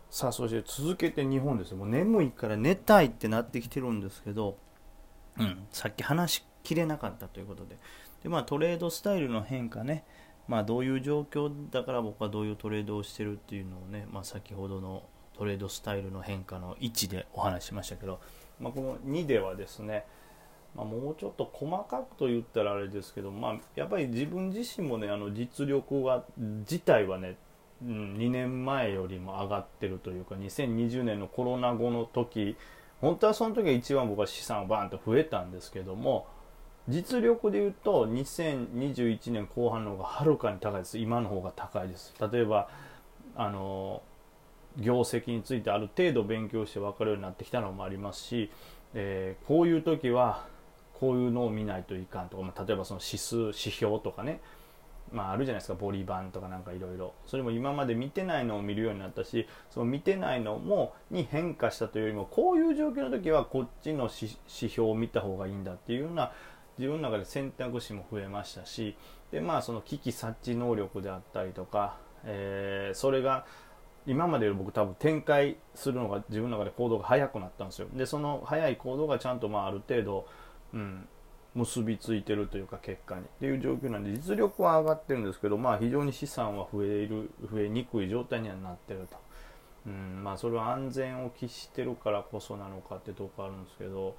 さあ、そして続けて日本です。もう眠いから寝たいってなってきてるんですけど、さっき話しきれなかったということで。で、まあトレードスタイルの変化ね。まあどういう状況だから僕はどういうトレードをしてるっていうのをね、まあ先ほどのトレードスタイルの変化の1でお話ししましたけど、まあこの2ではですね、まあ、もうちょっと細かくと言ったらあれですけど、まあ、やっぱり自分自身もね、実力は自体はね、2年前よりも上がってるというか、2020年のコロナ後の時、本当はその時が一番僕は資産がバーンと増えたんですけども、実力で言うと2021年後半の方がはるかに高いです。今の方が高いです。例えばあの業績についてある程度勉強して分かるようになってきたのもありますし、こういう時はこういうのを見ないといかんとか、例えばその指数指標とかね、あるじゃないですか、ボリバンとかなんかいろいろ、それも今まで見てないのを見るようになったし、その見てないのもに変化したというよりも、こういう状況の時はこっちの指標を見た方がいいんだっていうような自分の中で選択肢も増えましたし、でその危機察知能力であったりとか、それが今までより僕多分展開するのが自分の中で行動が早くなったんですよ。でその早い行動がちゃんとある程度、結びついてるというか結果にっていう状況なんで、実力は上がってるんですけど、非常に資産は増えにくい状態にはなってると。それは安全を期してるからこそなのかってとこあるんですけど、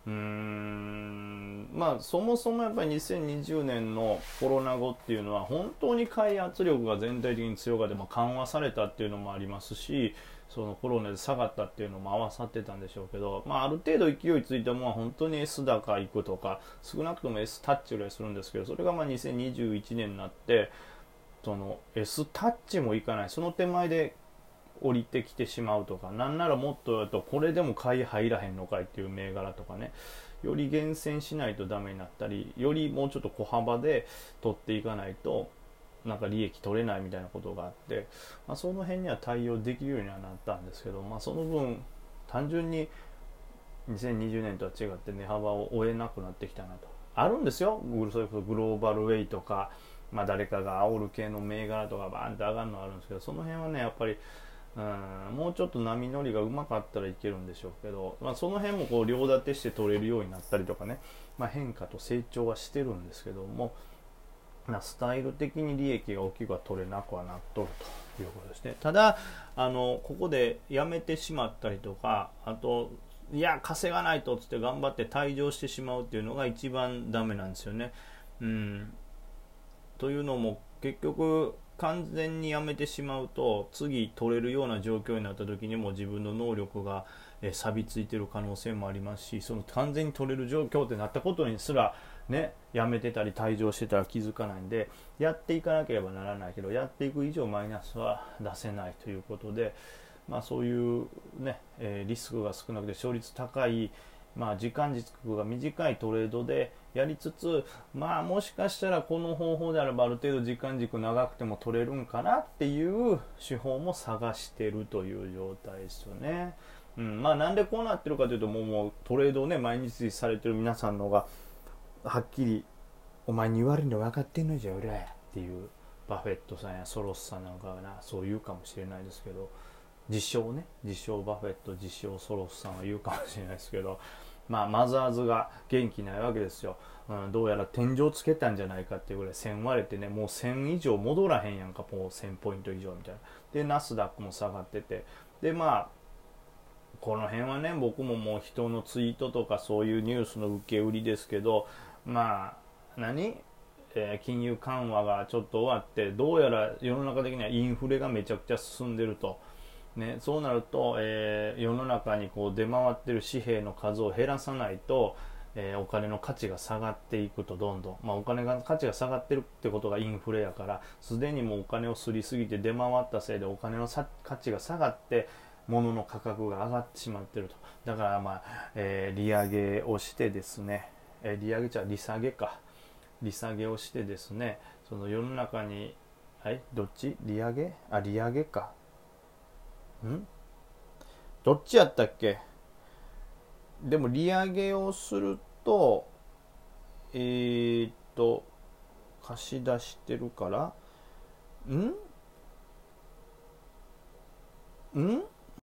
そもそもやっぱり2020年のコロナ後っていうのは本当に買い圧力が全体的に強がって、緩和されたっていうのもありますし、そのコロナで下がったっていうのも合わさってたんでしょうけど、ある程度勢いついたものは本当に S 高行くとか、少なくとも S タッチぐらいするんですけど、それが2021年になってその S タッチもいかない、その手前で降りてきてしまうとか、なんならもっとやるとこれでも買い入らへんのかいっていう銘柄とかね、より厳選しないとダメになったり、よりもうちょっと小幅で取っていかないとなんか利益取れないみたいなことがあって、その辺には対応できるようにはなったんですけど、その分単純に2020年とは違って値幅を追えなくなってきたなと。あるんですよ、それこそグローバルウェイとか、誰かが煽る系の銘柄とかバーンって上がるのはあるんですけど、その辺はねやっぱりもうちょっと波乗りがうまかったらいけるんでしょうけど、その辺もこう両立てして取れるようになったりとかね、変化と成長はしてるんですけども、スタイル的に利益が大きくは取れなくはなっとるということですね。ただここでやめてしまったりとか、あといや稼がないとっつって頑張って退場してしまうっていうのが一番ダメなんですよね。というのも結局完全にやめてしまうと次取れるような状況になった時にも自分の能力が錆びついている可能性もありますし、その完全に取れる状況ってなったことにすらね、やめてたり退場してたら気づかないんで、やっていかなければならないけど、やっていく以上マイナスは出せないということで、そういうね、リスクが少なくて勝率高い、時間軸が短いトレードでやりつつ、もしかしたらこの方法であればある程度時間軸長くても取れるんかなっていう手法も探してるという状態ですよね。なんでこうなってるかというと、もうトレードをね毎日されてる皆さんのがはっきりお前に言われるの分かってんのじゃ俺らっていうバフェットさんやソロスさんなんかはそう言うかもしれないですけど、自称バフェット自称ソロスさんは言うかもしれないですけど、マザーズが元気ないわけですよ。どうやら天井つけたんじゃないかっていうぐらい1000割れてね、もう1000以上戻らへんやんか、もう1000ポイント以上みたいな。でナスダックも下がってて、でこの辺はね、僕ももう人のツイートとかそういうニュースの受け売りですけど、金融緩和がちょっと終わって、どうやら世の中的にはインフレがめちゃくちゃ進んでると。そうなると、世の中にこう出回っている紙幣の数を減らさないと、お金の価値が下がっていくと、どんどん、お金の価値が下がってるってことがインフレやから、すでにもうお金をすりすぎて出回ったせいでお金の価値が下がって物の価格が上がってしまっていると。だから利上げをしてですね、利下げか、利下げをしてですね、その世の中に、どっち利上げ利上げか、どっちやったっけ。でも利上げをすると貸し出してるから、ん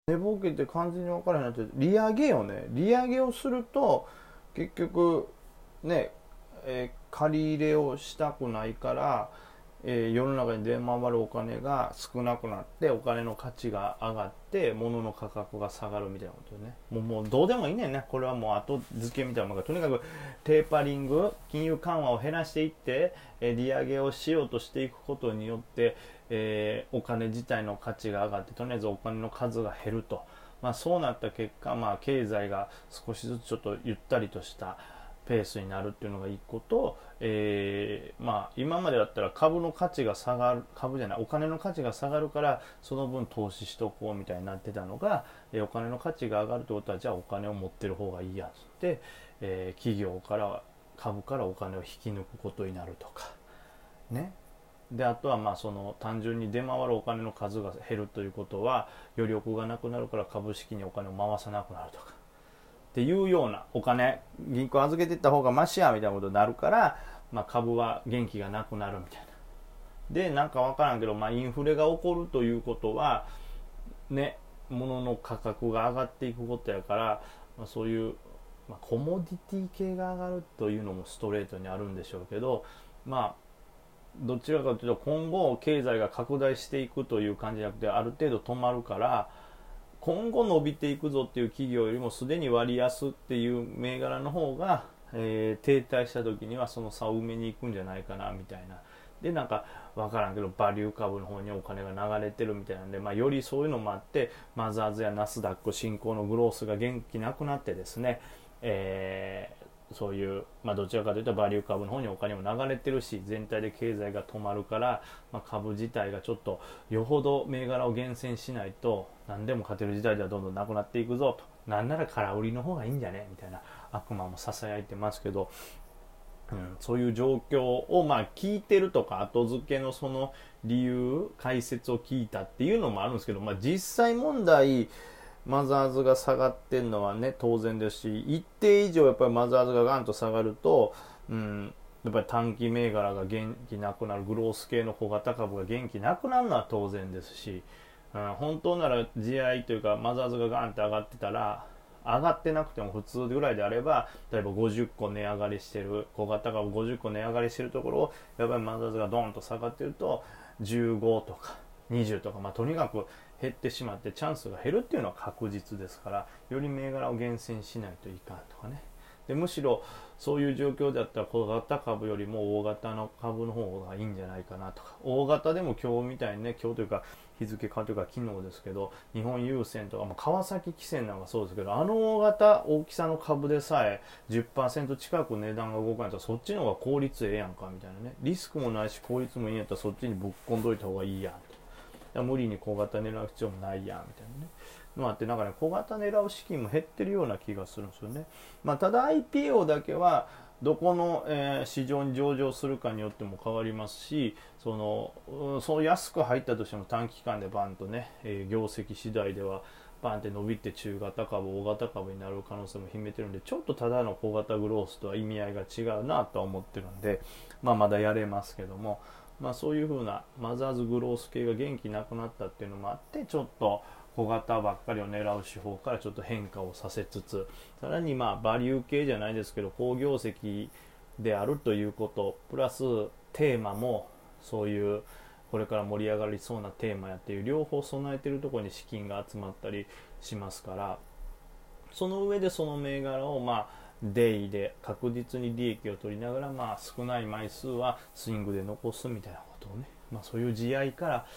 寝ぼけて完全に分からへんなって、利上げをすると結局ね、借り入れをしたくないから、世の中に出回るお金が少なくなってお金の価値が上がって物の価格が下がるみたいなことでね、もうどうでもいいねんね。これはもう後付けみたいなものが、とにかくテーパリング、金融緩和を減らしていって、利上げをしようとしていくことによって、お金自体の価値が上がって、とりあえずお金の数が減ると、そうなった結果、経済が少しずつちょっとゆったりとしたペースになるっていうのが一個と、今までだったら株の価値が下がる、お金の価値が下がるからその分投資しとこうみたいになってたのが、お金の価値が上がるってことは、じゃあお金を持ってる方がいいやつって、企業から株からお金を引き抜くことになるとかね。であとはその単純に出回るお金の数が減るということは、余力がなくなるから株式にお金を回さなくなるとかっていうような、お金銀行預けていった方がマシやみたいなことになるから、株は元気がなくなるみたいな。でなんか分からんけど、インフレが起こるということはね、物の価格が上がっていくことやから、そういう、コモディティ系が上がるというのもストレートにあるんでしょうけど、どちらかというと今後経済が拡大していくという感じじゃなくて、ある程度止まるから、今後伸びていくぞっていう企業よりもすでに割安っていう銘柄の方が、停滞した時にはその差を埋めに行くんじゃないかなみたいな。でなんか分からんけどバリュー株の方にお金が流れてるみたいなんで、よりそういうのもあってマザーズやナスダック新興のグロースが元気なくなってですね、そういう、どちらかというとバリュー株の方にお金も流れてるし、全体で経済が止まるから、株自体がちょっとよほど銘柄を厳選しないと何でも勝てる時代ではどんどんなくなっていくぞと、なんなら空売りの方がいいんじゃねみたいな悪魔もささやいてますけど、そういう状況を聞いてるとか、後付けのその理由解説を聞いたっていうのもあるんですけど、実際問題マザーズが下がってるのはね当然ですし、一定以上やっぱりマザーズがガンと下がると、やっぱり短期銘柄が元気なくなる、グロース系の小型株が元気なくなるのは当然ですし、本当なら地合いというかマザーズがガンって上がってたら、上がってなくても普通ぐらいであれば、例えば50個値上がりしてる小型株50個値上がりしてるところをやっぱりマザーズがドンと下がってると15とか20とか、とにかく減ってしまってチャンスが減るっていうのは確実ですから、より銘柄を厳選しないといかんとかね。でむしろそういう状況だったら小型株よりも大型の株の方がいいんじゃないかなとか、大型でも今日みたいにね、今日というか日付変わというか昨日ですけど、日本郵船とか、川崎汽船なんかそうですけど、大型大きさの株でさえ 10% 近く値段が動かないと、そっちの方が効率ええやんかみたいなね、リスクもないし効率もいいんやったらそっちにぶっ込んどいた方がいいやんと、無理に小型狙う必要もないやんみたいなねのあって、なんかね、小型狙う資金も減ってるような気がするんですよね。ただ IPO だけはどこの、市場に上場するかによっても変わりますし、そう安く入ったとしても短期間でバンとね、業績次第ではバンって伸びて中型株大型株になる可能性も秘めてるんで、ちょっとただの小型グロースとは意味合いが違うなとは思ってるんで、まだやれますけども、そういう風なマザーズグロース系が元気なくなったっていうのもあって、ちょっと小型ばっかりを狙う手法からちょっと変化をさせつつ、さらにバリュー系じゃないですけど好業績であるということプラステーマもそういうこれから盛り上がりそうなテーマやっていう両方備えているところに資金が集まったりしますから、その上でその銘柄をデイで確実に利益を取りながら、少ない枚数はスイングで残すみたいなことをね、そういう地合いから、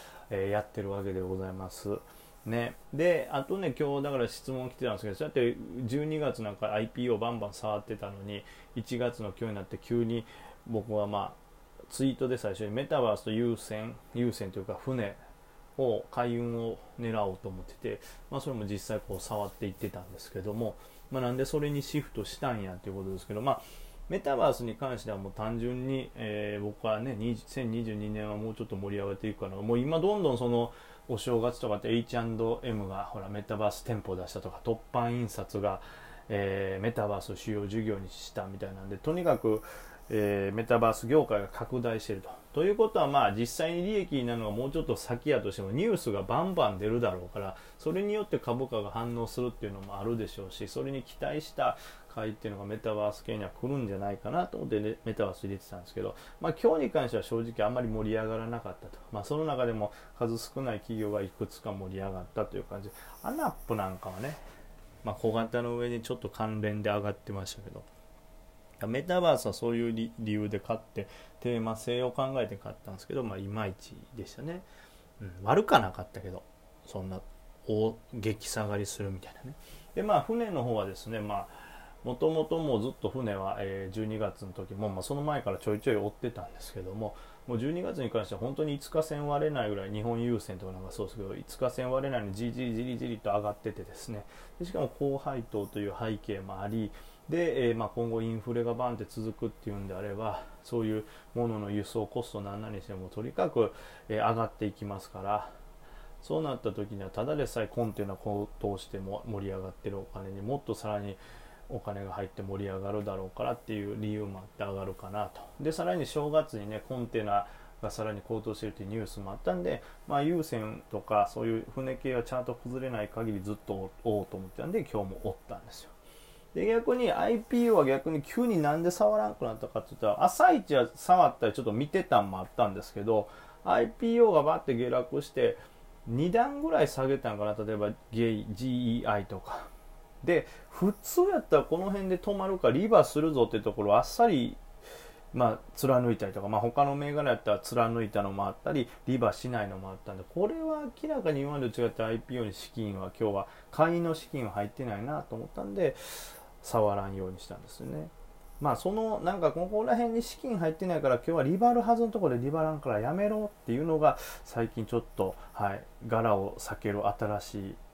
やってるわけでございますね。であとね、今日だから質問来てたんですけど、そうやって12月なんか IPO バンバン触ってたのに1月の今日になって急に僕はツイートで最初にメタバースと優先というか船を海運を狙おうと思ってて、それも実際触っていってたんですけども、なんでそれにシフトしたんやということですけど、メタバースに関してはもう単純に、僕はね2022年はもうちょっと盛り上がっていくかな。もう今どんどんそのお正月とかって H&M がほらメタバース店舗を出したとか、凸版印刷が、メタバースを主要事業にしたみたいなんで、とにかくメタバース業界が拡大しているということは、まあ実際に利益になるのがもうちょっと先やとしてもニュースがバンバン出るだろうから、それによって株価が反応するっていうのもあるでしょうし、それに期待した買いっていうのがメタバース系には来るんじゃないかなと思って、ね、メタバース入れてたんですけど、まあ今日に関しては正直あんまり盛り上がらなかったと。まあその中でも数少ない企業がいくつか盛り上がったという感じ。アナップなんかはね、まあ小型の上にちょっと関連で上がってましたけど、メタバースはそういう理由で買ってテーマ性を考えて買ったんですけど、まあいまいちでしたね、悪かなかったけど、そんな大激下がりするみたいなね。でまあ船の方はですね、まあもともともうずっと船は12月の時も、まあ、その前からちょいちょい追ってたんですけども、もう12月に関しては本当に5日線割れないぐらい、日本郵船とかなんかそうですけど5日線割れないのにじりじりと上がっててですね、でしかも高配当という背景もありで、まあ、今後インフレがバンって続くっていうんであれば、そういうものの輸送コストなんなにしてもとにかく上がっていきますから、そうなった時にはただでさえコンテナ高騰しても盛り上がってるお金にもっとさらにお金が入って盛り上がるだろうからっていう理由もあって上がるかなと。でさらに正月にねコンテナがさらに高騰しているというニュースもあったんで、まあ、郵船とかそういう船系はちゃんと崩れない限りずっと追おうと思ってたんで今日も追ったんですよ。で逆に IPO は逆に急になんで触らんくなったかって言ったら、朝一は触ったりちょっと見てたんもあったんですけど、 IPO がバッて下落して2段ぐらい下げたんかな。例えば GEI とかで普通やったらこの辺で止まるかリバーするぞっていうところをあっさりまあ貫いたりとか、まあ、他の銘柄やったら貫いたのもあったりリバーしないのもあったんで、これは明らかに今までと違って IPO に資金は今日は買いの資金は入ってないなと思ったんで触らんようにしたんですよね。まあそのなんかここら辺に資金入ってないから今日はリバるはずのところでリバらんからやめろっていうのが最近ちょっとはい柄を避ける新しい